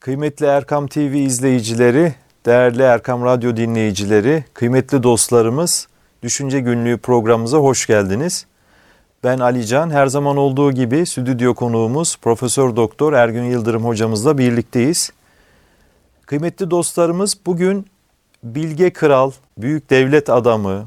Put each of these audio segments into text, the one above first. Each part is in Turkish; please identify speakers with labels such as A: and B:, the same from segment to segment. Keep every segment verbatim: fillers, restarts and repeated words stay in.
A: Kıymetli Erkam T V izleyicileri, değerli Erkam Radyo dinleyicileri, kıymetli dostlarımız, Düşünce Günlüğü programımıza hoş geldiniz. Ben Ali Can, her zaman olduğu gibi stüdyo konuğumuz Profesör Doktor Ergün Yıldırım hocamızla birlikteyiz. Kıymetli dostlarımız, bugün bilge kral, büyük devlet adamı,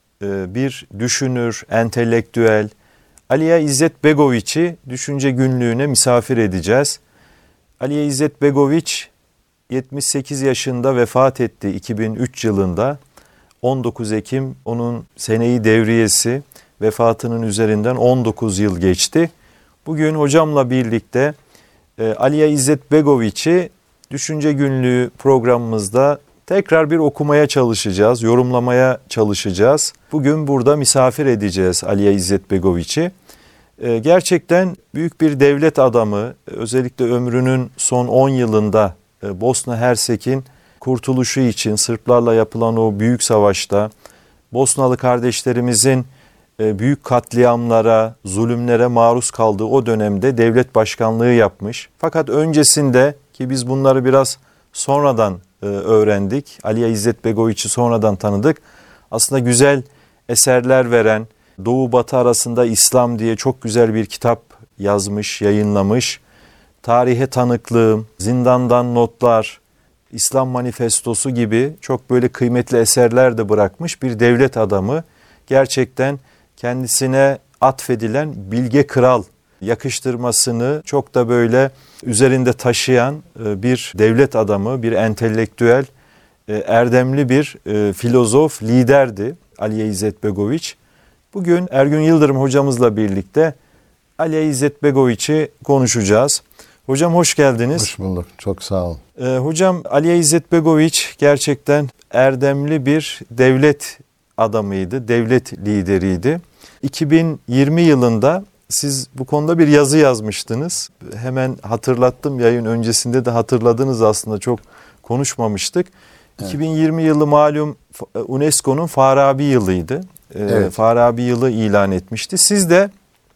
A: bir düşünür, entelektüel Aliya İzzet Begoviç'i Düşünce Günlüğü'ne misafir edeceğiz. Aliya İzzet Begoviç yetmiş sekiz yaşında vefat etti iki bin üç yılında. on dokuz Ekim onun seneyi devriyesi, vefatının üzerinden on dokuz yıl geçti. Bugün hocamla birlikte e, Aliya İzzet Begoviç'i Düşünce Günlüğü programımızda tekrar bir okumaya çalışacağız, yorumlamaya çalışacağız. Bugün burada misafir edeceğiz Aliya İzzet Begoviç'i. E, gerçekten büyük bir devlet adamı, özellikle ömrünün son on yılında e, Bosna Hersek'in kurtuluşu için Sırplarla yapılan o büyük savaşta Bosnalı kardeşlerimizin e, büyük katliamlara, zulümlere maruz kaldığı o dönemde devlet başkanlığı yapmış. Fakat öncesinde, ki biz bunları biraz sonradan e, öğrendik, Aliya İzzet Begoviç'i sonradan tanıdık. Aslında güzel eserler veren, Doğu Batı arasında İslam diye çok güzel bir kitap yazmış, yayınlamış. Tarihe Tanıklığım, Zindandan Notlar, İslam Manifestosu gibi çok böyle kıymetli eserler de bırakmış bir devlet adamı. Gerçekten kendisine atfedilen bilge kral yakıştırmasını çok da böyle üzerinde taşıyan bir devlet adamı, bir entelektüel, erdemli bir filozof, liderdi Aliya İzzet Begoviç. Bugün Ergün Yıldırım hocamızla birlikte Aliya İzzet Begoviç'i konuşacağız. Hocam hoş geldiniz.
B: Hoş bulduk. Çok sağ olun.
A: Ee, hocam Aliya İzzet Begoviç gerçekten erdemli bir devlet adamıydı, devlet lideriydi. iki bin yirmi yılında siz bu konuda bir yazı yazmıştınız. Hemen hatırlattım, yayın öncesinde de hatırladınız, aslında çok konuşmamıştık. Evet. iki bin yirmi yılı malum UNESCO'nun Farabi yılıydı. Ee, evet. Farabi yılı ilan etmişti. Siz de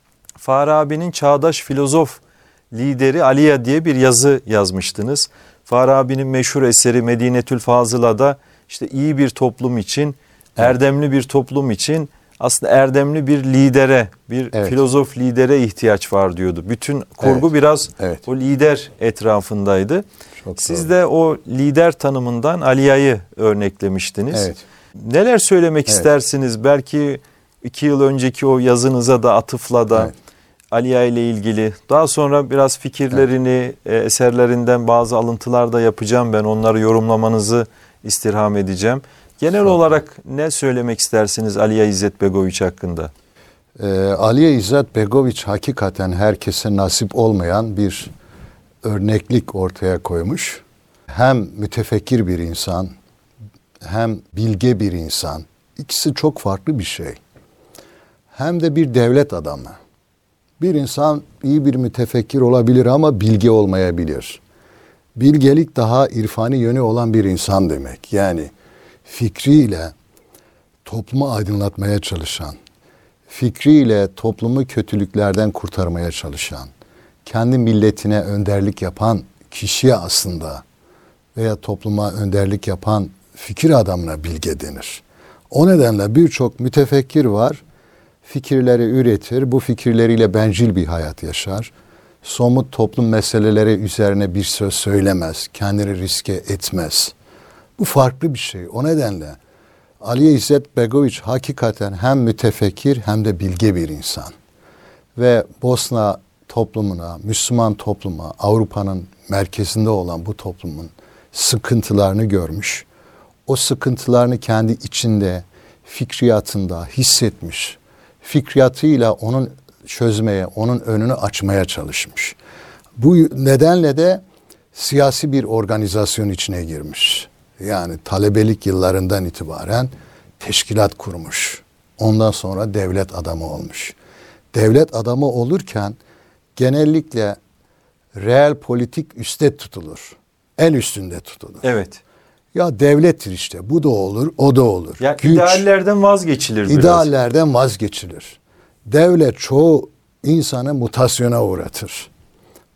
A: Farabi'nin çağdaş filozof lideri Aliya diye bir yazı yazmıştınız. Farabi'nin meşhur eseri Medinetül Fazıla'da işte iyi bir toplum için, erdemli bir toplum için aslında erdemli bir lidere, bir evet. filozof lidere ihtiyaç var diyordu. Bütün kurgu evet. biraz evet. o lider etrafındaydı. Çok Siz doğru. de o lider tanımından Aliya'yı örneklemiştiniz. Evet. Neler söylemek evet. istersiniz? Belki iki yıl önceki o yazınıza da atıfla da evet. Aliya ile ilgili. Daha sonra biraz fikirlerini, evet. eserlerinden bazı alıntılar da yapacağım ben. Onları yorumlamanızı istirham edeceğim. Genel Çok olarak ne söylemek istersiniz Aliya İzzet Begoviç hakkında?
B: Ee, Aliya İzzet Begoviç hakikaten herkese nasip olmayan bir örneklik ortaya koymuş. Hem mütefekkir bir insan, hem bilge bir insan. İkisi çok farklı bir şey. Hem de bir devlet adamı. Bir insan iyi bir mütefekkir olabilir ama bilge olmayabilir. Bilgelik daha irfani yönü olan bir insan demek. Yani fikriyle toplumu aydınlatmaya çalışan, fikriyle toplumu kötülüklerden kurtarmaya çalışan, kendi milletine önderlik yapan kişiye aslında veya topluma önderlik yapan fikir adamına bilge denir. O nedenle birçok mütefekkir var. Fikirleri üretir, bu fikirleriyle bencil bir hayat yaşar. Somut toplum meseleleri üzerine bir söz söylemez, kendini riske etmez. Bu farklı bir şey. O nedenle Aliya İzzet Begoviç hakikaten hem mütefekkir hem de bilge bir insan. Ve Bosna toplumuna, Müslüman topluma, Avrupa'nın merkezinde olan bu toplumun sıkıntılarını görmüş. O sıkıntılarını kendi içinde, fikriyatında hissetmiş. Fikriyatıyla onun çözmeye, onun önünü açmaya çalışmış. Bu nedenle de siyasi bir organizasyon içine girmiş. Yani talebelik yıllarından itibaren teşkilat kurmuş. Ondan sonra devlet adamı olmuş. Devlet adamı olurken genellikle reel politik üstte tutulur. En üstünde tutulur.
A: Evet.
B: Ya devlettir işte. Bu da olur, o da olur.
A: Ya Güç, ideallerden vazgeçilir biraz.
B: İdeallerden vazgeçilir. Devlet çoğu insanı mutasyona uğratır.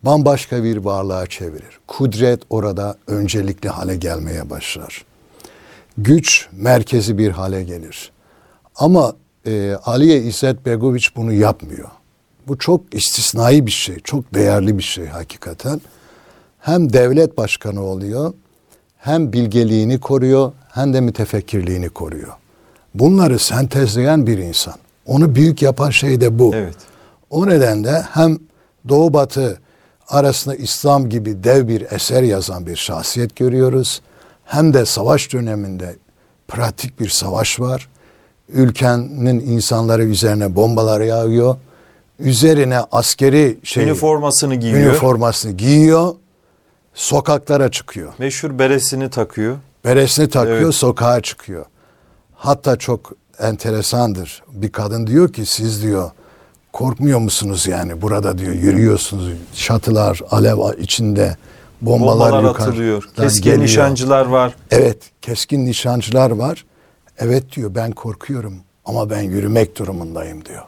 B: bambaşka bir varlığa çevirir. Kudret orada öncelikli hale gelmeye başlar. Güç merkezi bir hale gelir. Ama e, Aliye İzzet Begoviç bunu yapmıyor. Bu çok istisnai bir şey, çok değerli bir şey hakikaten. Hem devlet başkanı oluyor, hem bilgeliğini koruyor, hem de mütefekkirliğini koruyor. Bunları sentezleyen bir insan. Onu büyük yapan şey de bu.
A: Evet.
B: O nedenle hem Doğu Batı arasında İslam gibi dev bir eser yazan bir şahsiyet görüyoruz. Hem de savaş döneminde pratik bir savaş var. Ülkenin insanları üzerine bombalar yağıyor. Üzerine askeri şey,
A: üniformasını giyiyor.
B: Üniformasını giyiyor. Sokaklara çıkıyor.
A: Meşhur beresini takıyor.
B: Beresini takıyor,
A: Evet.
B: sokağa çıkıyor. Hatta çok enteresandır. Bir kadın diyor ki siz diyor korkmuyor musunuz yani burada diyor yürüyorsunuz. Şatılar alev içinde, bombalar,
A: Bombalar
B: yukarıdan
A: atılıyor. Keskin
B: geliyor.
A: nişancılar var.
B: Evet, keskin nişancılar var. Evet diyor ben korkuyorum ama ben yürümek durumundayım diyor.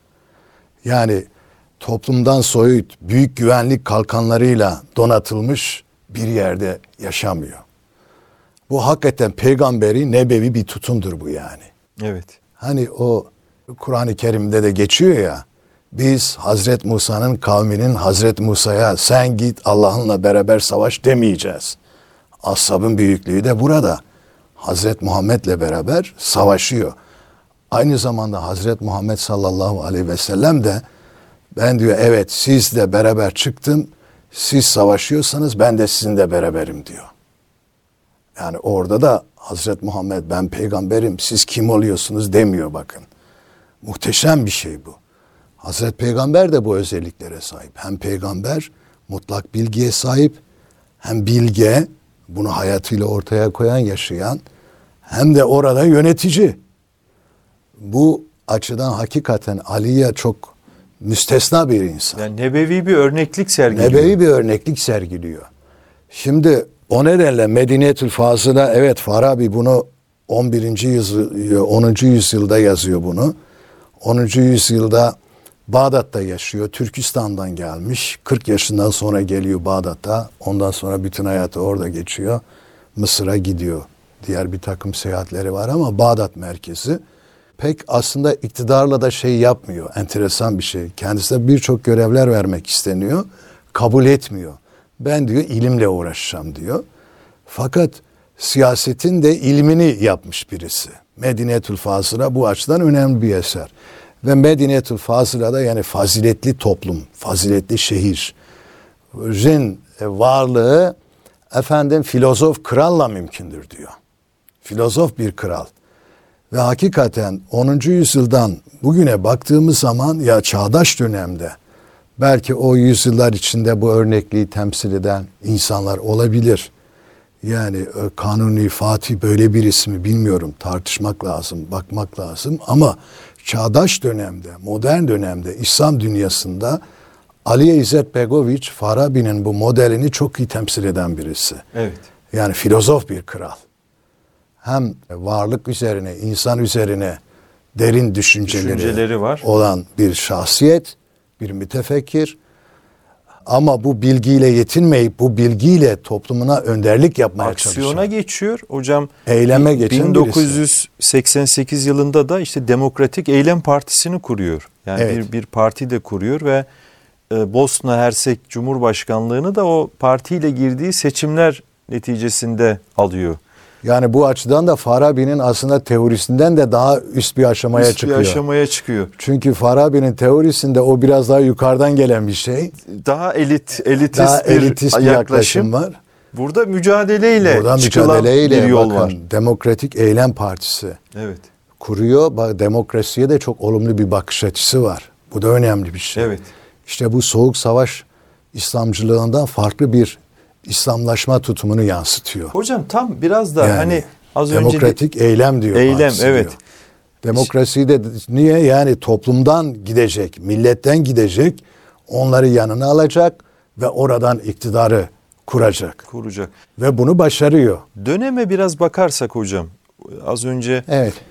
B: Yani toplumdan soyut, büyük güvenlik kalkanlarıyla donatılmış bir yerde yaşamıyor. Bu hakikaten peygamberi nebevi bir tutumdur bu yani.
A: Evet.
B: Hani o Kur'an-ı Kerim'de de geçiyor ya, biz Hazret Musa'nın kavminin Hazret Musa'ya sen git Allah'ınla beraber savaş demeyeceğiz. Ashabın büyüklüğü de burada. Hazret Muhammed'le beraber savaşıyor. Aynı zamanda Hazret Muhammed sallallahu aleyhi ve sellem de ben diyor evet sizle beraber çıktım. Siz savaşıyorsanız ben de sizinle beraberim diyor. Yani orada da Hazret Muhammed ben peygamberim siz kim oluyorsunuz demiyor bakın. Muhteşem bir şey bu. Hazret Peygamber de bu özelliklere sahip. Hem peygamber mutlak bilgiye sahip hem bilge bunu hayatıyla ortaya koyan yaşayan hem de orada yönetici. Bu açıdan hakikaten Aliye çok müstesna bir insan.
A: Yani nebevi bir örneklik sergiliyor.
B: Nebevi bir örneklik sergiliyor. Şimdi o nedenle Medinetül Fazıl'a evet Farabi bunu on birinci yüzyıl, onuncu yüzyılda yazıyor bunu. onuncu yüzyılda Bağdat'ta yaşıyor. Türkistan'dan gelmiş. kırk yaşından sonra geliyor Bağdat'a. Ondan sonra bütün hayatı orada geçiyor. Mısır'a gidiyor. Diğer bir takım seyahatleri var ama Bağdat merkezi. Pek aslında iktidarla da şey yapmıyor. Enteresan bir şey. Kendisine birçok görevler vermek isteniyor. Kabul etmiyor. Ben diyor ilimle uğraşacağım diyor. Fakat siyasetin de ilmini yapmış birisi. Medinetül Fazıla bu açıdan önemli bir eser. Ve Medinetül Fazıla'da yani faziletli toplum, faziletli şehrin varlığı efendim filozof kralla mümkündür diyor. Filozof bir kral. Ve hakikaten onuncu yüzyıldan bugüne baktığımız zaman ya çağdaş dönemde belki o yüzyıllar içinde bu örnekliği temsil eden insanlar olabilir. Yani Kanuni Fatih böyle bir ismi bilmiyorum tartışmak lazım, bakmak lazım ama çağdaş dönemde, modern dönemde İslam dünyasında Aliye İzzet Begoviç Farabi'nin bu modelini çok iyi temsil eden birisi.
A: Evet.
B: Yani filozof bir kral. Hem varlık üzerine, insan üzerine derin düşünceleri,
A: Düşünceleri var.
B: olan bir şahsiyet, bir mütefekkir. Ama bu bilgiyle yetinmeyip bu bilgiyle toplumuna önderlik yapmaya
A: Aksiyona
B: çalışan.
A: geçiyor. Hocam
B: Eyleme geçen
A: bin dokuz yüz seksen sekiz yılında da işte Demokratik Eylem Partisi'ni kuruyor. Yani
B: Evet.
A: bir bir parti de kuruyor ve e, Bosna Hersek Cumhurbaşkanlığını da o partiyle girdiği seçimler neticesinde alıyor.
B: Yani bu açıdan da Farabi'nin aslında teorisinden de daha üst bir aşamaya
A: Üst bir
B: çıkıyor.
A: aşamaya çıkıyor.
B: Çünkü Farabi'nin teorisinde o biraz daha yukarıdan gelen bir şey.
A: Daha elit, elitist
B: Daha
A: bir
B: elitist bir
A: yaklaşım.
B: yaklaşım var.
A: Burada mücadeleyle
B: Buradan
A: çıkılan
B: mücadeleyle
A: bir yol
B: bakın,
A: var.
B: Demokratik Eylem Partisi
A: Evet.
B: kuruyor. Bak, demokrasiye de çok olumlu bir bakış açısı var. Bu da önemli bir şey.
A: Evet.
B: İşte bu soğuk savaş İslamcılığından farklı bir İslamlaşma tutumunu yansıtıyor.
A: Hocam tam biraz da
B: Yani
A: hani az önce
B: demokratik eylem diyor.
A: Eylem,
B: partisi
A: evet.
B: diyor. Demokrasiyi de niye? Yani toplumdan gidecek, milletten gidecek, onları yanına alacak ve oradan iktidarı kuracak.
A: kuracak.
B: Ve bunu başarıyor.
A: Döneme biraz bakarsak hocam, az önce
B: Evet.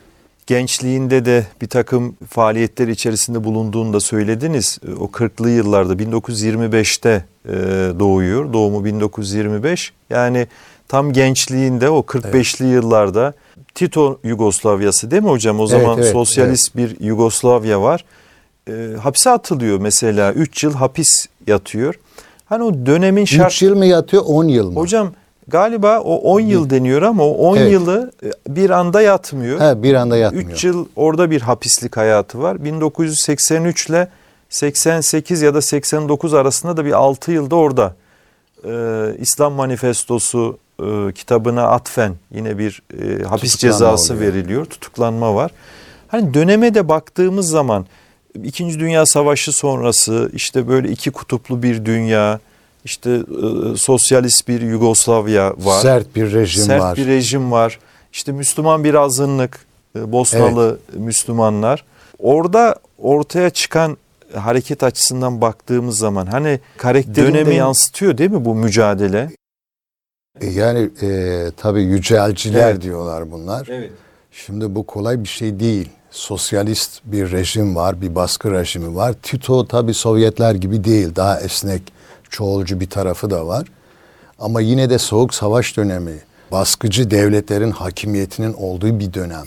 A: gençliğinde de bir takım faaliyetler içerisinde bulunduğunu da söylediniz. O kırklı yıllarda bin dokuz yüz yirmi beşte doğuyor. Doğumu bin dokuz yüz yirmi beş. Yani tam gençliğinde o kırk beşli evet. yıllarda Tito Yugoslavyası değil mi hocam? O zaman evet, evet, sosyalist evet. bir Yugoslavya var. E, hapse atılıyor mesela. üç yıl hapis yatıyor. Hani o dönemin şart...
B: üç yıl mı yatıyor, on yıl mı?
A: Hocam galiba o on yıl deniyor ama o on evet. yılı bir anda yatmıyor.
B: He, bir anda yatmıyor.
A: üç yıl orada bir hapislik hayatı var. bin dokuz yüz seksen üç ile seksen sekiz ya da seksen dokuz arasında da bir altı yılda orada. Ee, İslam Manifestosu e, kitabına atfen yine bir e, hapis cezası oluyor. veriliyor. Tutuklanma var. Hani döneme de baktığımız zaman İkinci Dünya Savaşı sonrası işte böyle iki kutuplu bir dünya, işte e, sosyalist bir Yugoslavya var.
B: Sert bir rejim
A: Sert
B: var.
A: bir rejim var. İşte Müslüman bir azınlık, e, Bosnalı evet. Müslümanlar. Orada ortaya çıkan hareket açısından baktığımız zaman hani karakterini dönemi yansıtıyor değil mi bu mücadele?
B: Yani e, tabii yücelciler evet. diyorlar bunlar.
A: Evet.
B: Şimdi bu kolay bir şey değil. Sosyalist bir rejim var, bir baskı rejimi var. Tito tabii Sovyetler gibi değil, daha esnek, çoğulcu bir tarafı da var. Ama yine de Soğuk Savaş dönemi, baskıcı devletlerin hakimiyetinin olduğu bir dönem.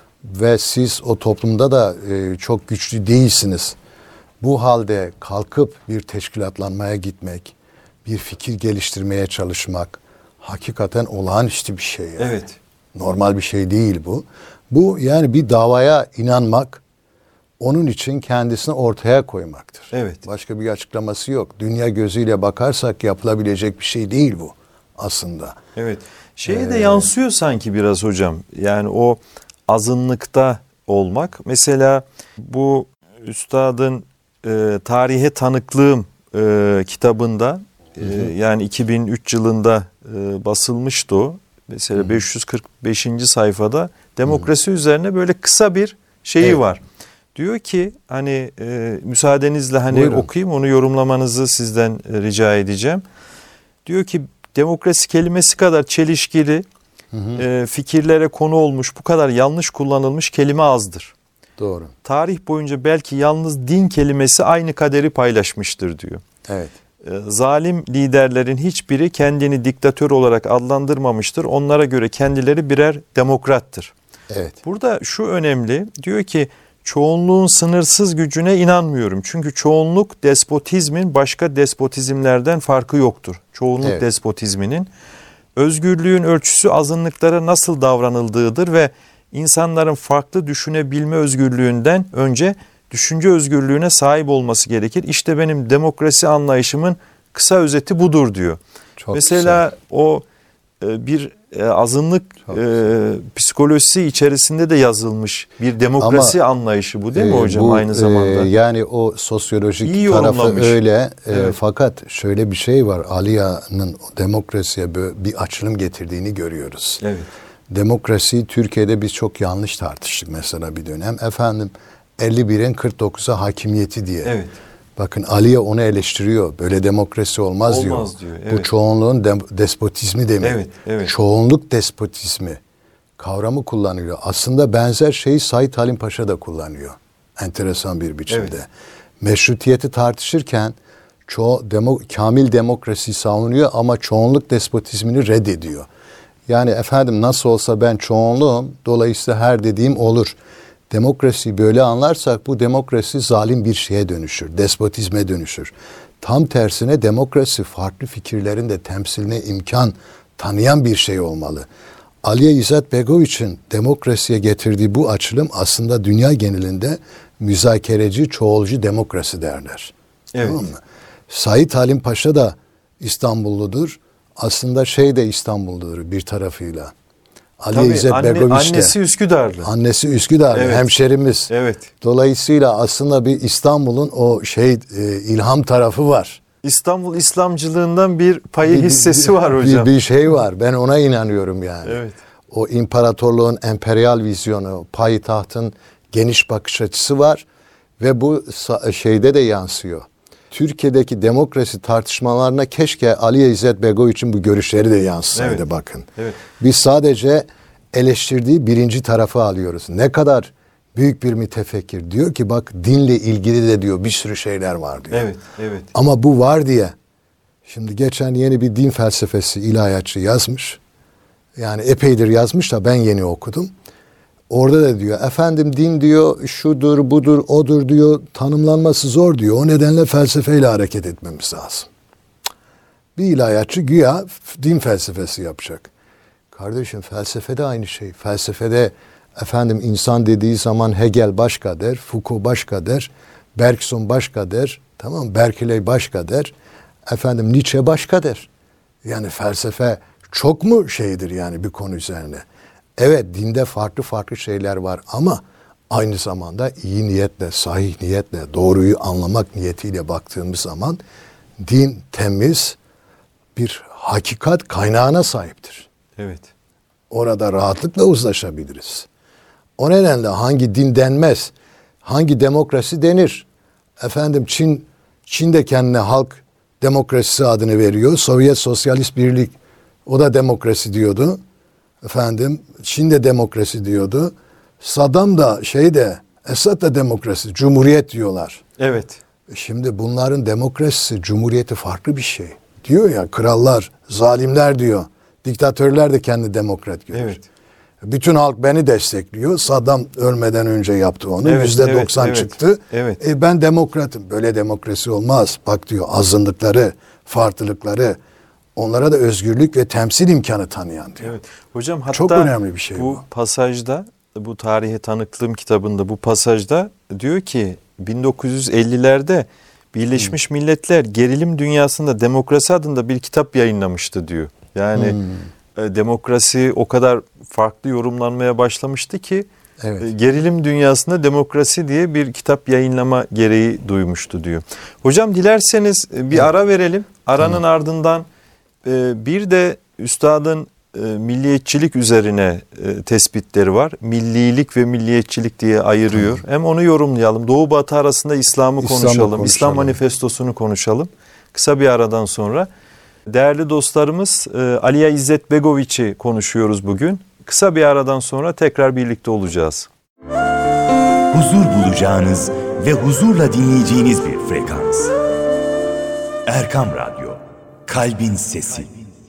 B: Ve siz o toplumda da e, çok güçlü değilsiniz. Bu halde kalkıp bir teşkilatlanmaya gitmek, bir fikir geliştirmeye çalışmak hakikaten olağanüstü bir şey. Yani.
A: Evet.
B: Normal bir şey değil bu. Bu yani bir davaya inanmak, onun için kendisini ortaya koymaktır.
A: Evet.
B: Başka bir açıklaması yok. Dünya gözüyle bakarsak yapılabilecek bir şey değil bu aslında.
A: Evet. Şeye ee, de yansıyor sanki biraz hocam. Yani o azınlıkta olmak. Mesela bu üstadın e, Tarihe Tanıklığım e, kitabında e, yani iki bin üç yılında e, basılmıştı o. Mesela hı hı. beş yüz kırk beşinci sayfada demokrasi hı hı. üzerine böyle kısa bir şeyi evet. var. Diyor ki hani e, müsaadenizle hani Buyurun. okuyayım, onu yorumlamanızı sizden e, rica edeceğim. Diyor ki demokrasi kelimesi kadar çelişkili, hı hı. E, fikirlere konu olmuş, bu kadar yanlış kullanılmış kelime azdır.
B: Doğru.
A: Tarih boyunca belki yalnız din kelimesi aynı kaderi paylaşmıştır diyor.
B: Evet.
A: Zalim liderlerin hiçbiri kendini diktatör olarak adlandırmamıştır. Onlara göre kendileri birer demokrattır.
B: Evet.
A: Burada şu önemli, diyor ki çoğunluğun sınırsız gücüne inanmıyorum. Çünkü çoğunluk despotizmin başka despotizmlerden farkı yoktur. Çoğunluk evet. despotizminin özgürlüğün ölçüsü azınlıklara nasıl davranıldığıdır ve insanların farklı düşünebilme özgürlüğünden önce düşünce özgürlüğüne sahip olması gerekir. İşte benim demokrasi anlayışımın kısa özeti budur diyor. Çok Mesela güzel. o e, bir e, azınlık e, psikolojisi içerisinde de yazılmış bir demokrasi Ama, anlayışı bu değil mi e, hocam bu, aynı zamanda?
B: E, yani o sosyolojik İyi tarafı öyle. Evet. E, fakat şöyle bir şey var. Aliya'nın demokrasiye bir açılım getirdiğini görüyoruz.
A: Evet.
B: Demokrasi Türkiye'de biz çok yanlış tartıştık mesela bir dönem. Efendim elli birin kırk dokuza hakimiyeti diye.
A: Evet.
B: Bakın Aliye onu eleştiriyor. Böyle demokrasi olmaz,
A: olmaz
B: diyor.
A: diyor. Evet.
B: Bu çoğunluğun de- despotizmi demek.
A: Evet, evet.
B: Çoğunluk despotizmi kavramı kullanılıyor. Aslında benzer şeyi Said Halim Paşa da kullanıyor. Enteresan bir biçimde. Evet. Meşrutiyeti tartışırken ço- demo- kamil demokrasi savunuyor ama çoğunluk despotizmini reddediyor. Yani efendim nasıl olsa ben çoğunluğum, dolayısıyla her dediğim olur. Demokrasiyi böyle anlarsak bu demokrasi zalim bir şeye dönüşür, despotizme dönüşür. Tam tersine demokrasi farklı fikirlerin de temsiline imkan tanıyan bir şey olmalı. Aliye İzzet Begoviç'in demokrasiye getirdiği bu açılım aslında dünya genelinde müzakereci, çoğulcu demokrasi derler.
A: Evet.
B: Tamam mı? Said Halim Paşa da İstanbulludur. Aslında şey de İstanbulludur bir tarafıyla. Aliye
A: Tabii,
B: İzzet
A: anne,
B: Begoviç de.
A: Annesi Üsküdarlı.
B: Annesi Üsküdarlı, evet. Hemşerimiz.
A: Evet.
B: Dolayısıyla aslında bir İstanbul'un o şey e, ilham tarafı var.
A: İstanbul İslamcılığından bir payı bir, hissesi bir, var hocam.
B: Bir, bir şey var. Ben ona inanıyorum yani.
A: Evet.
B: O imparatorluğun emperyal vizyonu, payitahtın geniş bakış açısı var ve bu şeyde de yansıyor. Türkiye'deki demokrasi tartışmalarına keşke Aliye İzzet Begoviç'in bu görüşleri de yansısaydı, evet. Bakın.
A: Evet.
B: Biz sadece eleştirdiği birinci tarafı alıyoruz. Ne kadar büyük bir mütefekkir. Diyor ki bak dinle ilgili de diyor bir sürü şeyler var diyor.
A: Evet, evet.
B: Ama bu var diye. Şimdi geçen yeni bir din felsefesi ilahiyatçı yazmış. Yani epeydir yazmış da ben yeni okudum. Orada da diyor efendim din diyor şudur budur odur diyor tanımlanması zor diyor. O nedenle felsefeyle hareket etmemiz lazım. Bir ilahiyatçı güya din felsefesi yapacak. Kardeşim felsefede aynı şey. Felsefede efendim insan dediği zaman Hegel başka der, Foucault başka der, Bergson başka der, tamam mı? Berkeley başka der, efendim Nietzsche başka der. Yani felsefe çok mu şeydir yani bir konu üzerine? Evet dinde farklı farklı şeyler var ama aynı zamanda iyi niyetle, sahih niyetle, doğruyu anlamak niyetiyle baktığımız zaman din temiz bir hakikat kaynağına sahiptir.
A: Evet.
B: Orada rahatlıkla uzlaşabiliriz. O nedenle hangi din denmez, hangi demokrasi denir? Efendim Çin, Çin de kendine halk demokrasisi adını veriyor. Sovyet Sosyalist Birlik o da demokrasi diyordu. Efendim Çin de demokrasi diyordu. Saddam da şey de Esad da demokrasi, cumhuriyet diyorlar.
A: Evet.
B: Şimdi bunların demokrasisi, cumhuriyeti farklı bir şey. Diyor ya krallar, zalimler diyor. Diktatörler de kendi demokrat görür. Evet. Bütün halk beni destekliyor. Saddam ölmeden önce yaptı onu.
A: Evet,
B: yüzde doksan
A: evet,
B: çıktı.
A: Evet.
B: E ben demokratım. Böyle demokrasi olmaz. Bak diyor azınlıkları, farklılıkları onlara da özgürlük ve temsil imkanı tanıyan diyor.
A: Evet. Hocam hatta
B: çok önemli bir şey bu.
A: Bu pasajda, bu Tarihe Tanıklığım kitabında bu pasajda diyor ki bin dokuz yüz ellilerde Birleşmiş hmm. Milletler gerilim dünyasında demokrasi adında bir kitap yayınlamıştı diyor. Yani hmm. e, demokrasi o kadar farklı yorumlanmaya başlamıştı ki evet. e, gerilim dünyasında demokrasi diye bir kitap yayınlama gereği duymuştu diyor. Hocam dilerseniz bir evet. ara verelim. Aranın tamam. ardından e, bir de üstadın e, milliyetçilik üzerine e, tespitleri var. Millilik ve milliyetçilik diye ayırıyor. Tamam. Hem onu yorumlayalım. Doğu Batı arasında İslam'ı İslam'ı konuşalım. konuşalım. İslam manifestosunu konuşalım. Kısa bir aradan sonra. Değerli dostlarımız Aliya İzzet Begoviç'i konuşuyoruz bugün. Kısa bir aradan sonra tekrar birlikte olacağız.
C: Huzur bulacağınız ve huzurla dinleyeceğiniz bir frekans. Erkam Radyo, Kalbin Sesi.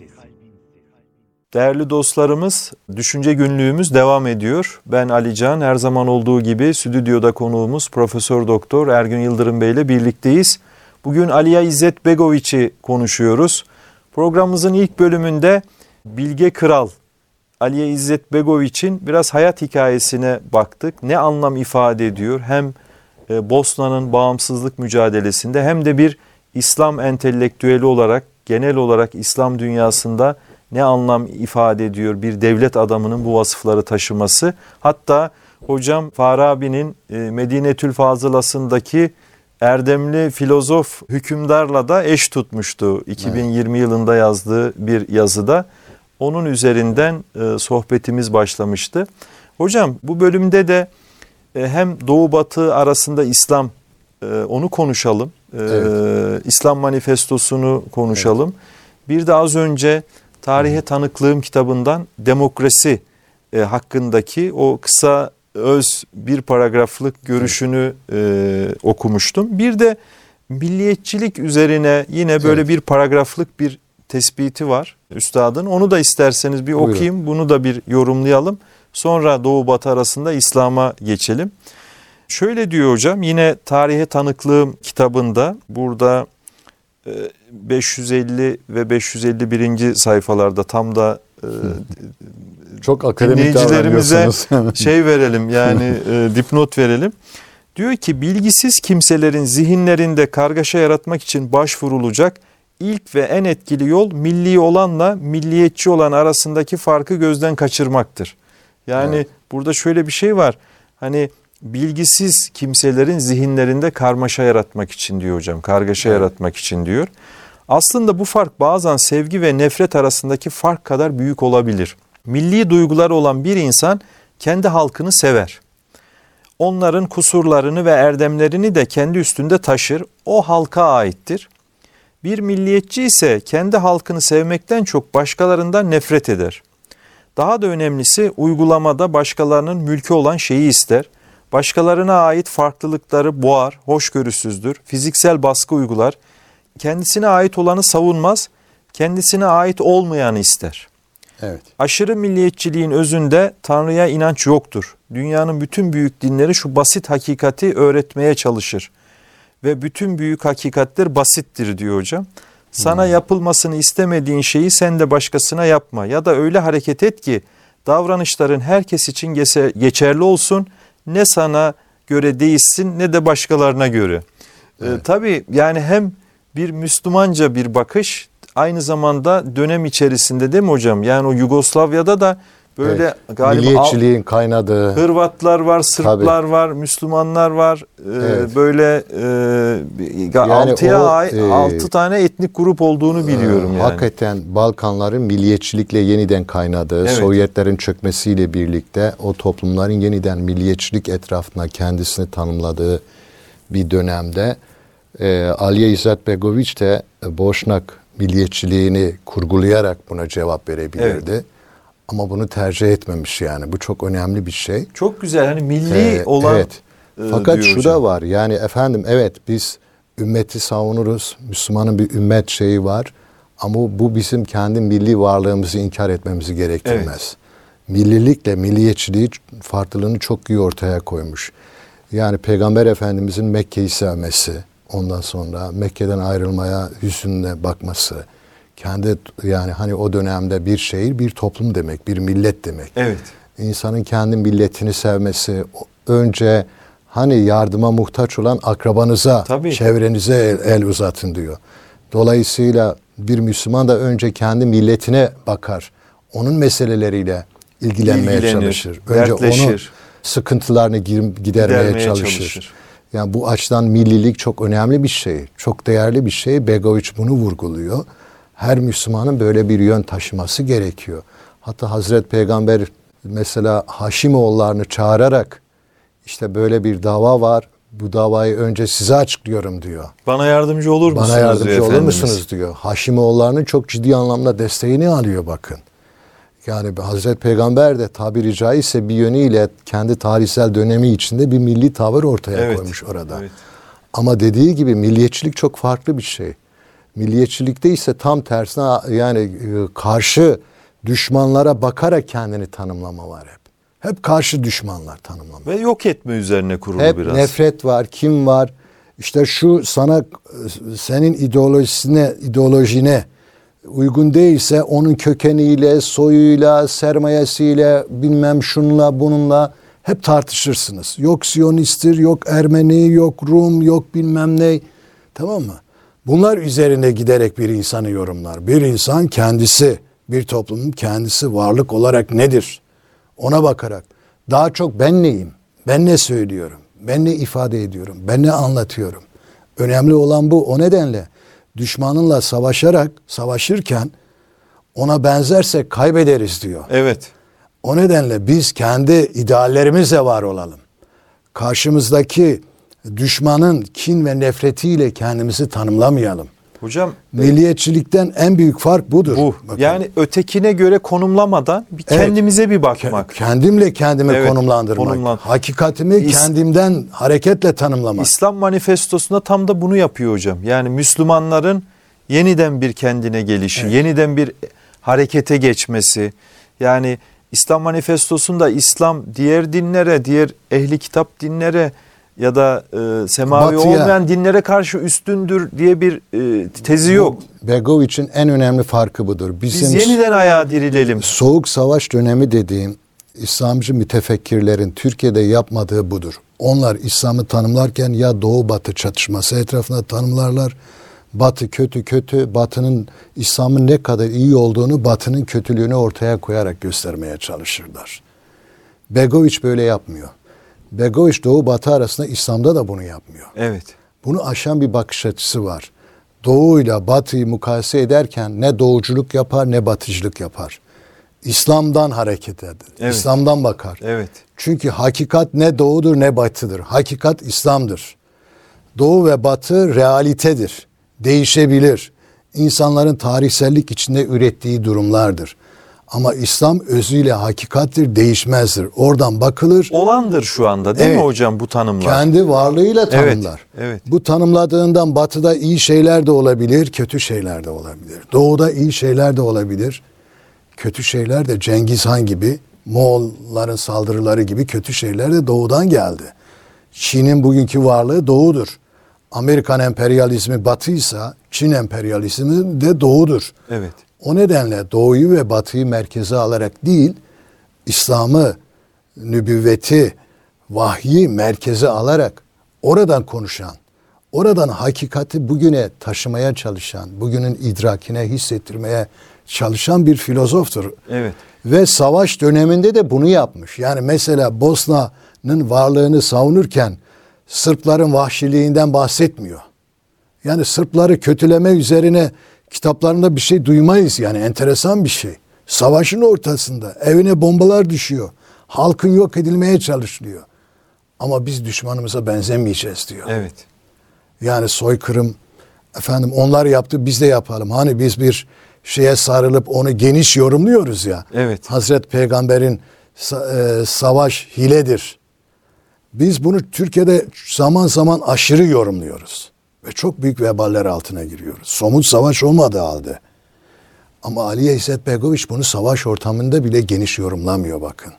A: Değerli dostlarımız, düşünce günlüğümüz devam ediyor. Ben Ali Can, her zaman olduğu gibi stüdyoda konuğumuz Profesör Doktor Ergün Yıldırım Bey ile birlikteyiz. Bugün Aliya İzzet Begoviç'i konuşuyoruz. Programımızın ilk bölümünde Bilge Kral, Aliya İzzet Begoviç'in biraz hayat hikayesine baktık. Ne anlam ifade ediyor? Hem Bosna'nın bağımsızlık mücadelesinde hem de bir İslam entelektüeli olarak, genel olarak İslam dünyasında ne anlam ifade ediyor bir devlet adamının bu vasıfları taşıması. Hatta hocam Farabi'nin Medinetül Fazılası'ndaki erdemli filozof hükümdarla da eş tutmuştu. iki bin yirmi evet. yılında yazdığı bir yazıda. Onun üzerinden e, sohbetimiz başlamıştı. Hocam bu bölümde de e, hem Doğu Batı arasında İslam e, onu konuşalım. E, evet. İslam manifestosunu konuşalım. Evet. Bir de az önce Tarihe Tanıklığım kitabından demokrasi e, hakkındaki o kısa öz bir paragraflık görüşünü evet. e, okumuştum. Bir de milliyetçilik üzerine yine böyle evet. bir paragraflık bir tespiti var üstadın. Onu da isterseniz bir okuyayım. Buyurun. Bunu da bir yorumlayalım. Sonra Doğu Batı arasında İslam'a geçelim. Şöyle diyor hocam, yine Tarihe Tanıklığım kitabında burada beş yüz elli ve beş yüz elli birinci sayfalarda tam da
B: çok akademik
A: dinleyicilerimize şey verelim yani e, dipnot verelim. Diyor ki bilgisiz kimselerin zihinlerinde kargaşa yaratmak için başvurulacak ilk ve en etkili yol milli olanla milliyetçi olan arasındaki farkı gözden kaçırmaktır. Yani evet. burada şöyle bir şey var. Hani bilgisiz kimselerin zihinlerinde karmaşa yaratmak için diyor hocam. Kargaşa evet. yaratmak için diyor. Aslında bu fark bazen sevgi ve nefret arasındaki fark kadar büyük olabilir. Milli duyguları olan bir insan kendi halkını sever. Onların kusurlarını ve erdemlerini de kendi üstünde taşır. O halka aittir. Bir milliyetçi ise kendi halkını sevmekten çok başkalarından nefret eder. Daha da önemlisi uygulamada başkalarının mülkü olan şeyi ister. Başkalarına ait farklılıkları boğar, hoşgörüsüzdür, fiziksel baskı uygular. Kendisine ait olanı savunmaz, kendisine ait olmayanı ister.
B: Evet.
A: Aşırı milliyetçiliğin özünde Tanrı'ya inanç yoktur. Dünyanın bütün büyük dinleri şu basit hakikati öğretmeye çalışır. Ve bütün büyük hakikatler basittir diyor hocam. Sana hmm. yapılmasını istemediğin şeyi sen de başkasına yapma. Ya da öyle hareket et ki davranışların herkes için geçerli olsun. Ne sana göre değişsin ne de başkalarına göre. Evet. Ee, tabii yani hem bir Müslümanca bir bakış, aynı zamanda dönem içerisinde değil mi hocam? Yani o Yugoslavya'da da böyle
B: evet.
A: galiba
B: milliyetçiliğin kaynadığı
A: Hırvatlar var, Sırplar tabii. var, Müslümanlar var. Ee, evet. Böyle e, yani altıya o, e, altı tane etnik grup olduğunu biliyorum e, yani.
B: Hakikaten Balkanların milliyetçilikle yeniden kaynadığı, evet. Sovyetlerin çökmesiyle birlikte o toplumların yeniden milliyetçilik etrafına kendisini tanımladığı bir dönemde e, Alija Izetbegović de e, Boşnak milliyetçiliğini kurgulayarak buna cevap verebilirdi. Evet. Ama bunu tercih etmemiş yani. Bu çok önemli bir şey.
A: Çok güzel. Hani milli ee, olan
B: evet. E, Fakat şu hocam. da var. Yani efendim evet biz ümmeti savunuruz. Müslümanın bir ümmet şeyi var. Ama bu bizim kendi milli varlığımızı inkar etmemizi gerektirmez. Evet. Millilikle milliyetçiliği farklılığını çok iyi ortaya koymuş. Yani Peygamber Efendimizin Mekke'yi sevmesi, ondan sonra Mekke'den ayrılmaya hüzünle bakması, kendi yani hani o dönemde bir şehir bir toplum demek, bir millet demek.
A: Evet.
B: İnsanın kendi milletini sevmesi, önce hani yardıma muhtaç olan akrabanıza, tabii. çevrenize el, el uzatın diyor. Dolayısıyla bir Müslüman da önce kendi milletine bakar. Onun meseleleriyle ilgilenmeye İlgilenir, çalışır. Önce dertleşir. Onun sıkıntılarını gidermeye, gidermeye çalışır. çalışır. Yani bu açıdan millilik çok önemli bir şey. Çok değerli bir şey. Begoviç bunu vurguluyor. Her Müslümanın böyle bir yön taşıması gerekiyor. Hatta Hazreti Peygamber mesela Haşimoğullarını çağırarak işte böyle bir dava var. Bu davayı önce size açıklıyorum diyor.
A: Bana yardımcı olur musunuz?
B: Bana yardımcı
A: diyor
B: olur
A: Efendimiz.
B: musunuz diyor. Haşimoğullarının çok ciddi anlamda desteğini alıyor bakın. Yani Hazreti Peygamber de tabiri caizse bir yönüyle kendi tarihsel dönemi içinde bir milli tavır ortaya evet, koymuş orada. Evet. Ama dediği gibi milliyetçilik çok farklı bir şey. Milliyetçilikte ise tam tersine yani karşı düşmanlara bakarak kendini tanımlama var hep. Hep karşı düşmanlar tanımlama.
A: Ve yok etme üzerine kurulu
B: hep
A: biraz.
B: Hep nefret var, kim var? İşte şu sana senin ideolojisine, ideolojine uygun değilse onun kökeniyle, soyuyla, sermayesiyle, bilmem şunla, bununla hep tartışırsınız. Yok Siyonisttir, yok Ermeni, yok Rum, yok bilmem ne. Tamam mı? Bunlar üzerine giderek bir insanı yorumlar. Bir insan kendisi, bir toplumun kendisi varlık olarak nedir? Ona bakarak daha çok ben neyim? Ben ne söylüyorum? Ben ne ifade ediyorum? Ben ne anlatıyorum? Önemli olan bu. O nedenle düşmanınla savaşarak, savaşırken ona benzersek kaybederiz diyor.
A: Evet.
B: O nedenle biz kendi ideallerimizle var olalım. Karşımızdaki düşmanın kin ve nefretiyle kendimizi tanımlamayalım.
A: Hocam
B: milliyetçilikten en büyük fark budur.
A: Bu. Bakın. Yani ötekine göre konumlamadan bir kendimize evet. bir bakmak.
B: Kendimle kendimi evet. konumlandırmak. Konumlan. Hakikatimi İs- kendimden hareketle tanımlamak.
A: İslam manifestosunda tam da bunu yapıyor hocam. Yani Müslümanların yeniden bir kendine gelişi, evet. yeniden bir harekete geçmesi. Yani İslam manifestosunda İslam diğer dinlere, diğer ehli kitap dinlere ya da e, semavi Batıya, olmayan dinlere karşı üstündür diye bir e, tezi yok.
B: Begoviç'in en önemli farkı budur.
A: Bizim Biz yeniden ayağa dirilelim.
B: Soğuk Savaş dönemi dediğim İslamcı mütefekkirlerin Türkiye'de yapmadığı budur. Onlar İslam'ı tanımlarken ya Doğu Batı çatışması etrafında tanımlarlar. Batı kötü kötü, Batı'nın İslam'ın ne kadar iyi olduğunu, Batı'nın kötülüğünü ortaya koyarak göstermeye çalışırlar. Begoviç böyle yapmıyor. Begoviç Doğu Batı arasında İslam'da da bunu yapmıyor.
A: Evet.
B: Bunu aşan bir bakış açısı var. Doğu'yla Batı'yı mukayese ederken ne doğuculuk yapar ne batıcılık yapar. İslam'dan hareket eder. Evet. İslam'dan bakar.
A: Evet.
B: Çünkü hakikat ne doğudur ne batıdır. Hakikat İslam'dır. Doğu ve batı realitedir. Değişebilir. İnsanların tarihsellik içinde ürettiği durumlardır. Ama İslam özüyle hakikattir, değişmezdir. Oradan bakılır.
A: Olandır şu anda değil
B: Evet.
A: mi hocam bu tanımlar?
B: Kendi varlığıyla tanımlar.
A: Evet, evet.
B: Bu tanımladığından batıda iyi şeyler de olabilir, kötü şeyler de olabilir. Doğuda iyi şeyler de olabilir, kötü şeyler de Cengiz Han gibi, Moğolların saldırıları gibi kötü şeyler de doğudan geldi. Çin'in bugünkü varlığı doğudur. Amerikan emperyalizmi batıysa Çin emperyalizmi de doğudur.
A: Evet.
B: O nedenle doğuyu ve batıyı merkeze alarak değil, İslam'ı, nübüvveti, vahyi merkeze alarak oradan konuşan, oradan hakikati bugüne taşımaya çalışan, bugünün idrakine hissettirmeye çalışan bir filozoftur.
A: Evet.
B: Ve savaş döneminde de bunu yapmış. Yani mesela Bosna'nın varlığını savunurken Sırpların vahşiliğinden bahsetmiyor. Yani Sırpları kötüleme üzerine kitaplarında bir şey duymayız. Yani enteresan bir şey. Savaşın ortasında evine bombalar düşüyor. Halkın yok edilmeye çalışılıyor. Ama biz düşmanımıza benzemeyeceğiz diyor.
A: Evet.
B: Yani soykırım, efendim onlar yaptı biz de yapalım. Hani biz bir şeye sarılıp onu geniş yorumluyoruz ya.
A: Evet.
B: Hazreti Peygamber'in e, savaş hiledir. Biz bunu Türkiye'de zaman zaman aşırı yorumluyoruz. Ve çok büyük veballer altına giriyoruz. Somut savaş olmadığı halde. Ama Aliye İzzet Begoviç bunu savaş ortamında bile geniş yorumlamıyor bakın.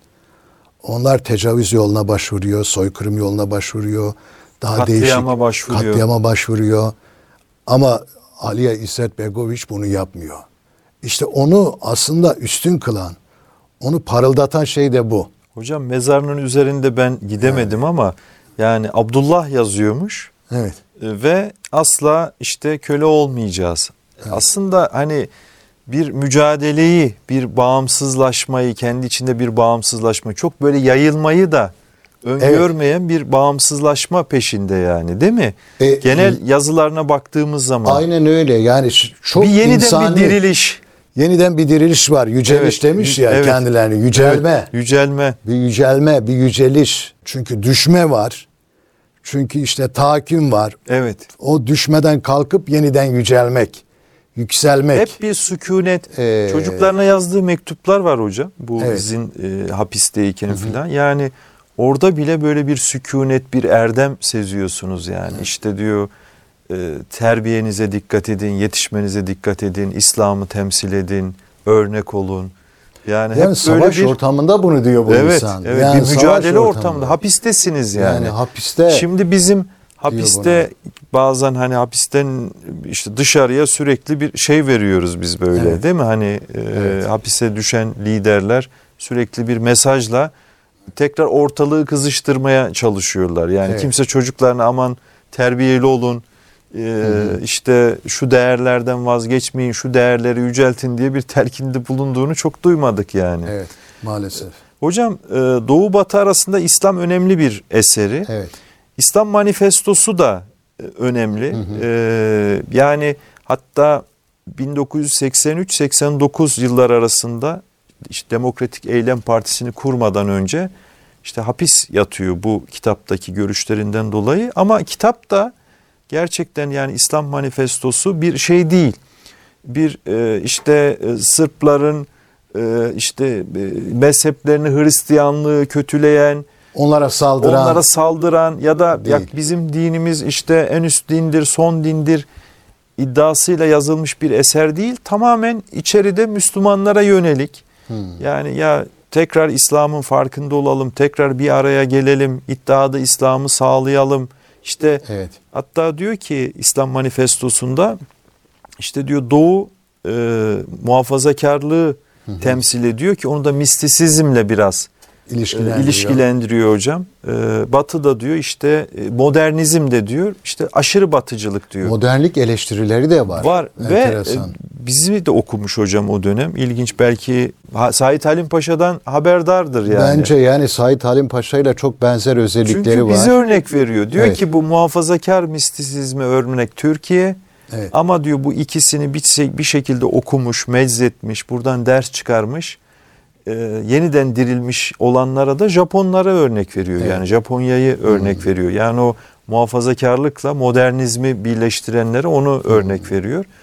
B: Onlar tecavüz yoluna başvuruyor, soykırım yoluna başvuruyor. Daha
A: Katliama
B: değişik
A: başvuruyor.
B: katliama başvuruyor. Ama Aliye İzzet Begoviç bunu yapmıyor. İşte onu aslında üstün kılan, onu parıldatan şey de bu.
A: Hocam mezarının üzerinde ben gidemedim evet. ama yani Abdullah yazıyormuş.
B: Evet.
A: Ve asla işte köle olmayacağız. Evet. Aslında hani bir mücadeleyi, bir bağımsızlaşmayı, kendi içinde bir bağımsızlaşma, çok böyle yayılmayı da öngörmeyen evet. bir bağımsızlaşma peşinde yani değil mi? E, Genel yazılarına baktığımız zaman.
B: Aynen öyle yani çok
A: bir yeniden
B: insani,
A: bir diriliş.
B: Yeniden bir diriliş var. Yüceliş evet, demiş ya evet. kendilerini. Yücelme.
A: Evet, yücelme.
B: Bir yücelme, bir yüceliş. Çünkü düşme var. Çünkü işte tahakküm var.
A: Evet.
B: O düşmeden kalkıp yeniden yücelmek, yükselmek.
A: Hep bir sükunet. Ee, Çocuklarına yazdığı mektuplar var hocam. Bu evet. izin e, hapisteyken falan. Yani orada bile böyle bir sükunet, bir erdem seziyorsunuz yani. Evet. İşte diyor e, terbiyenize dikkat edin, yetişmenize dikkat edin, İslam'ı temsil edin, örnek olun. Yani,
B: yani
A: hep
B: savaş
A: bir,
B: ortamında bunu diyor bu
A: evet,
B: insan.
A: Evet,
B: yani
A: bir mücadele ortamında. ortamında. Hapistesiniz yani. Yani
B: hapiste.
A: Şimdi bizim hapiste bazen hani hapisten işte dışarıya sürekli bir şey veriyoruz biz böyle evet. değil mi? Hani evet. e, hapise düşen liderler sürekli bir mesajla tekrar ortalığı kızıştırmaya çalışıyorlar. Yani evet. kimse çocuklarına aman terbiyeli olun. Ee, işte şu değerlerden vazgeçmeyin, şu değerleri yüceltin diye bir telkinde bulunduğunu çok duymadık yani.
B: Evet, maalesef.
A: Hocam Doğu Batı arasında İslam önemli bir eseri.
B: Evet.
A: İslam Manifestosu da önemli. Hı hı. Ee, yani hatta bin dokuz yüz seksen üç seksen dokuz yıllar arasında işte Demokratik Eylem Partisi'ni kurmadan önce işte hapis yatıyor bu kitaptaki görüşlerinden dolayı. Ama kitap da gerçekten yani İslam Manifestosu bir şey değil. Bir e, işte e, Sırpların e, işte e, mezheplerini, Hristiyanlığı kötüleyen,
B: onlara saldıran,
A: onlara saldıran ya da ya bizim dinimiz işte en üst dindir, son dindir iddiasıyla yazılmış bir eser değil. Tamamen içeride Müslümanlara yönelik. Hmm. Yani ya tekrar İslam'ın farkında olalım, tekrar bir araya gelelim, iddiada İslam'ı sağlayalım. İşte evet. hatta diyor ki İslam Manifestosu'nda işte diyor Doğu e, muhafazakarlığı hı hı. temsil ediyor ki onu da mistisizmle biraz
B: ilişkilendiriyor,
A: e, ilişkilendiriyor hocam. E, Batı da diyor işte modernizm de diyor işte aşırı batıcılık diyor.
B: Modernlik eleştirileri de var.
A: Var enteresan. Ve e, bizi de okumuş hocam o dönem. İlginç belki Said Halim Paşa'dan haberdardır yani.
B: Bence yani Said Halim Paşa ile çok benzer özellikleri
A: Çünkü
B: var.
A: Çünkü bize örnek veriyor. Diyor
B: evet.
A: ki bu muhafazakar mistisizme örnek Türkiye. Evet. Ama diyor bu ikisini bir, bir şekilde okumuş, meczetmiş, buradan ders çıkarmış. E, yeniden dirilmiş olanlara da Japonlara örnek veriyor. Evet. Yani Japonya'yı hmm. örnek veriyor. Yani o muhafazakarlıkla modernizmi birleştirenlere onu hmm. örnek veriyor.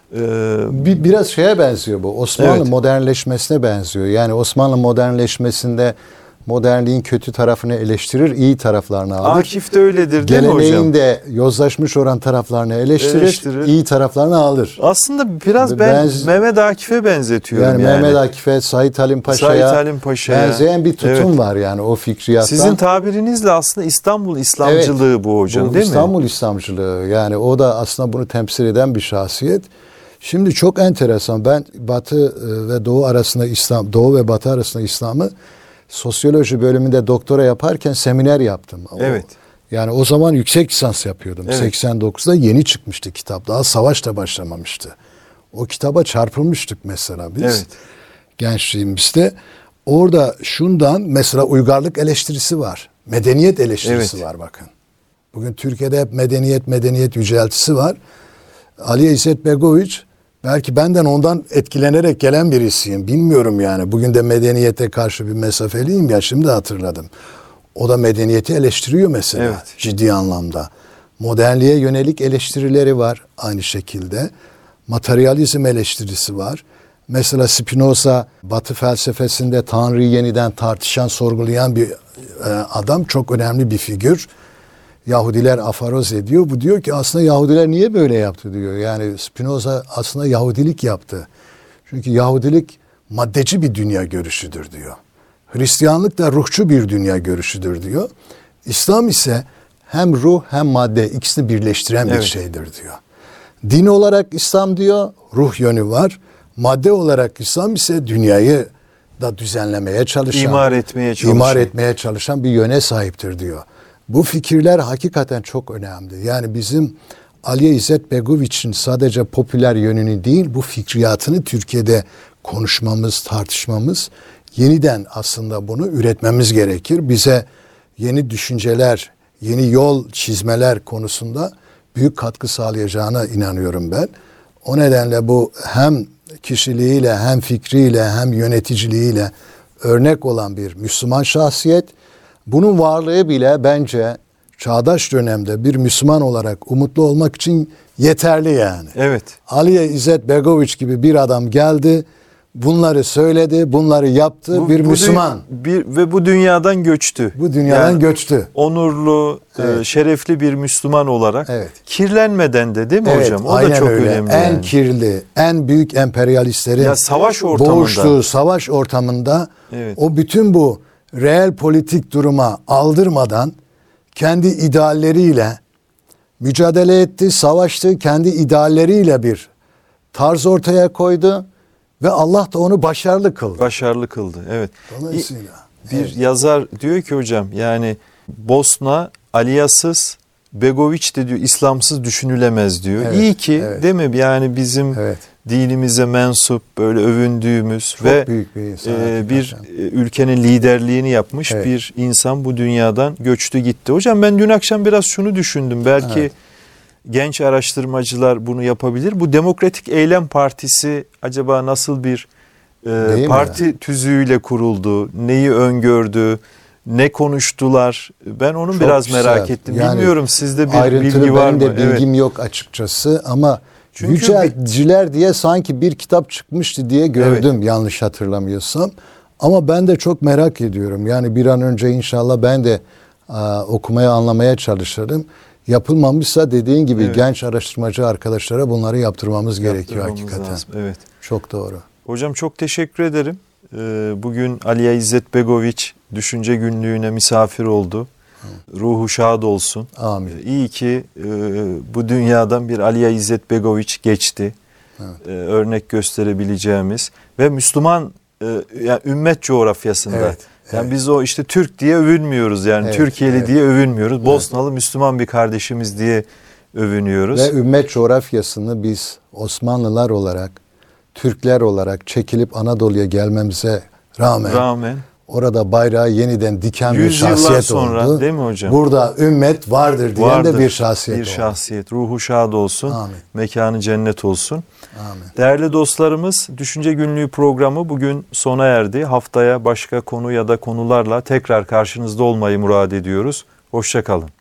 A: Ee,
B: Bir, biraz şeye benziyor bu. Osmanlı
A: Evet.
B: modernleşmesine benziyor. Yani Osmanlı modernleşmesinde modernliğin kötü tarafını eleştirir, iyi taraflarını alır.
A: Akif de öyledir değil mi hocam?
B: Geleneğin de yozlaşmış olan taraflarını eleştirir,
A: Eleştirir.
B: iyi taraflarını alır.
A: Aslında biraz ben
B: Benz-
A: Mehmet Akif'e benzetiyorum
B: Yani,
A: yani.
B: Mehmet Akif'e, Sait Halim Paşa'ya,
A: Sait Halim Paşa'ya.
B: benzeyen bir tutum
A: Evet.
B: var yani o fikriyattan.
A: Sizin tabirinizle aslında İstanbul İslamcılığı
B: Evet,
A: bu hocam
B: bu
A: değil mi?
B: İstanbul İslamcılığı, yani o da aslında bunu temsil eden bir şahsiyet. Şimdi çok enteresan, ben Batı e, ve Doğu arasında İslam, Doğu ve Batı arasında İslam'ı sosyoloji bölümünde doktora yaparken seminer yaptım. O-
A: Evet.
B: Yani o zaman yüksek lisans yapıyordum.
A: Evet.
B: seksen dokuzda yeni çıkmıştı kitap. Daha savaş da başlamamıştı. O kitaba çarpılmıştık mesela biz.
A: Evet.
B: Gençliğimizde. Orada şundan mesela uygarlık eleştirisi var. Medeniyet eleştirisi
A: Evet.
B: var bakın. Bugün Türkiye'de hep medeniyet medeniyet yüceltisi var. Ali İzzet Begoviç belki benden ondan etkilenerek gelen birisiyim. Bilmiyorum yani. Bugün de medeniyete karşı bir mesafeliyim ya, şimdi hatırladım. O da medeniyeti eleştiriyor mesela
A: Evet.
B: ciddi anlamda. Modernliğe yönelik eleştirileri var aynı şekilde. Materyalizm eleştirisi var. Mesela Spinoza Batı felsefesinde Tanrı'yı yeniden tartışan, sorgulayan bir e, adam, çok önemli bir figür. Yahudiler afaroz ediyor. Bu diyor ki aslında Yahudiler niye böyle yaptı diyor. Yani Spinoza aslında Yahudilik yaptı. Çünkü Yahudilik maddeci bir dünya görüşüdür diyor. Hristiyanlık da ruhçu bir dünya görüşüdür diyor. İslam ise hem ruh hem madde ikisini birleştiren bir
A: Evet.
B: şeydir diyor. Din olarak İslam diyor, ruh yönü var. Madde olarak İslam ise dünyayı da düzenlemeye çalışan,
A: İmar etmeye çalışan.
B: imar etmeye çalışan bir yöne sahiptir diyor. Bu fikirler hakikaten çok önemli. Yani bizim Ali İzzet Begoviç'in sadece popüler yönünü değil, bu fikriyatını Türkiye'de konuşmamız, tartışmamız, yeniden aslında bunu üretmemiz gerekir. Bize yeni düşünceler, yeni yol çizmeler konusunda büyük katkı sağlayacağına inanıyorum ben. O nedenle bu hem kişiliğiyle, hem fikriyle, hem yöneticiliğiyle örnek olan bir Müslüman şahsiyet. Bunun varlığı bile bence çağdaş dönemde bir Müslüman olarak umutlu olmak için yeterli yani.
A: Evet.
B: Ali İzzet Begoviç gibi bir adam geldi, bunları söyledi, bunları yaptı,
A: Bu-
B: bir
A: bu
B: Müslüman.
A: dü- bir ve bu dünyadan göçtü.
B: Bu dünyadan
A: Yani
B: göçtü.
A: onurlu, e,
B: Evet.
A: şerefli bir Müslüman olarak
B: Evet.
A: kirlenmeden de değil mi
B: Evet,
A: hocam? O da
B: aynen
A: çok
B: öyle.
A: önemli.
B: En
A: yani.
B: kirli, en büyük emperyalistlerin
A: Ya savaş ortamında.
B: boğuştuğu savaş ortamında
A: Evet.
B: o bütün bu reel politik duruma aldırmadan kendi idealleriyle mücadele etti, savaştı, kendi idealleriyle bir tarz ortaya koydu ve Allah da onu başarılı kıldı.
A: Başarılı kıldı. Evet.
B: Dolayısıyla
A: Bir
B: evet.
A: yazar diyor ki hocam, yani Bosna Aliyasız, Begoviç de diyor İslamsız düşünülemez diyor.
B: Evet,
A: İyi ki
B: evet.
A: değil mi? Yani bizim
B: Evet.
A: dinimize mensup, böyle övündüğümüz
B: Çok
A: ve
B: büyük bir insan,
A: e,
B: hakikaten.
A: bir e, ülkenin liderliğini yapmış
B: Evet.
A: bir insan bu dünyadan göçtü gitti. Hocam ben dün akşam biraz şunu düşündüm. Belki
B: Evet.
A: genç araştırmacılar bunu yapabilir. Bu Demokratik Eylem Partisi acaba nasıl bir e,
B: Değil mi?
A: parti tüzüğüyle kuruldu? Neyi öngördü? Ne konuştular? Ben onu
B: Çok
A: biraz
B: güzel.
A: merak ettim.
B: Yani
A: Bilmiyorum, sizde bir
B: ayrıntılı
A: bilgi var mı?
B: benim de
A: Evet.
B: bilgim yok açıkçası ama
A: Çünkü
B: Yücelciler diye sanki bir kitap çıkmıştı diye gördüm yanlış hatırlamıyorsam. Ama ben de çok merak ediyorum. Yani bir an önce inşallah ben de a, okumaya, anlamaya çalışırım. Yapılmamışsa dediğin gibi
A: Evet.
B: genç araştırmacı arkadaşlara bunları yaptırmamız gerekiyor
A: Yaptırmamız
B: hakikaten.
A: lazım. Evet.
B: Çok doğru.
A: Hocam çok teşekkür ederim. Ee, Bugün Ali İzzet Begoviç Düşünce Günlüğü'ne misafir oldu. Ruhu şad olsun.
B: Amin.
A: Ee, İyi ki e, bu dünyadan bir Ali İzzet Begoviç geçti.
B: Evet.
A: Ee, Örnek gösterebileceğimiz ve Müslüman e, yani ümmet coğrafyasında.
B: Evet,
A: Yani
B: evet.
A: biz o işte Türk diye övünmüyoruz, yani
B: Evet,
A: Türkiye'li
B: evet.
A: diye övünmüyoruz. Bosnalı Müslüman bir kardeşimiz diye övünüyoruz.
B: Ve ümmet coğrafyasını biz Osmanlılar olarak, Türkler olarak çekilip Anadolu'ya gelmemize rağmen,
A: Rağmen
B: orada bayrağı yeniden diken bir
A: Yüzyıllar
B: şahsiyet
A: sonra,
B: oldu.
A: değil mi hocam?
B: Burada ümmet vardır diyen
A: vardır
B: de bir şahsiyet
A: bir
B: oldu.
A: şahsiyet. Ruhu şad olsun.
B: Amin.
A: Mekanı cennet olsun.
B: Amin.
A: Değerli dostlarımız, Düşünce Günlüğü programı bugün sona erdi. Haftaya başka konu ya da konularla tekrar karşınızda olmayı murad ediyoruz. Hoşça kalın.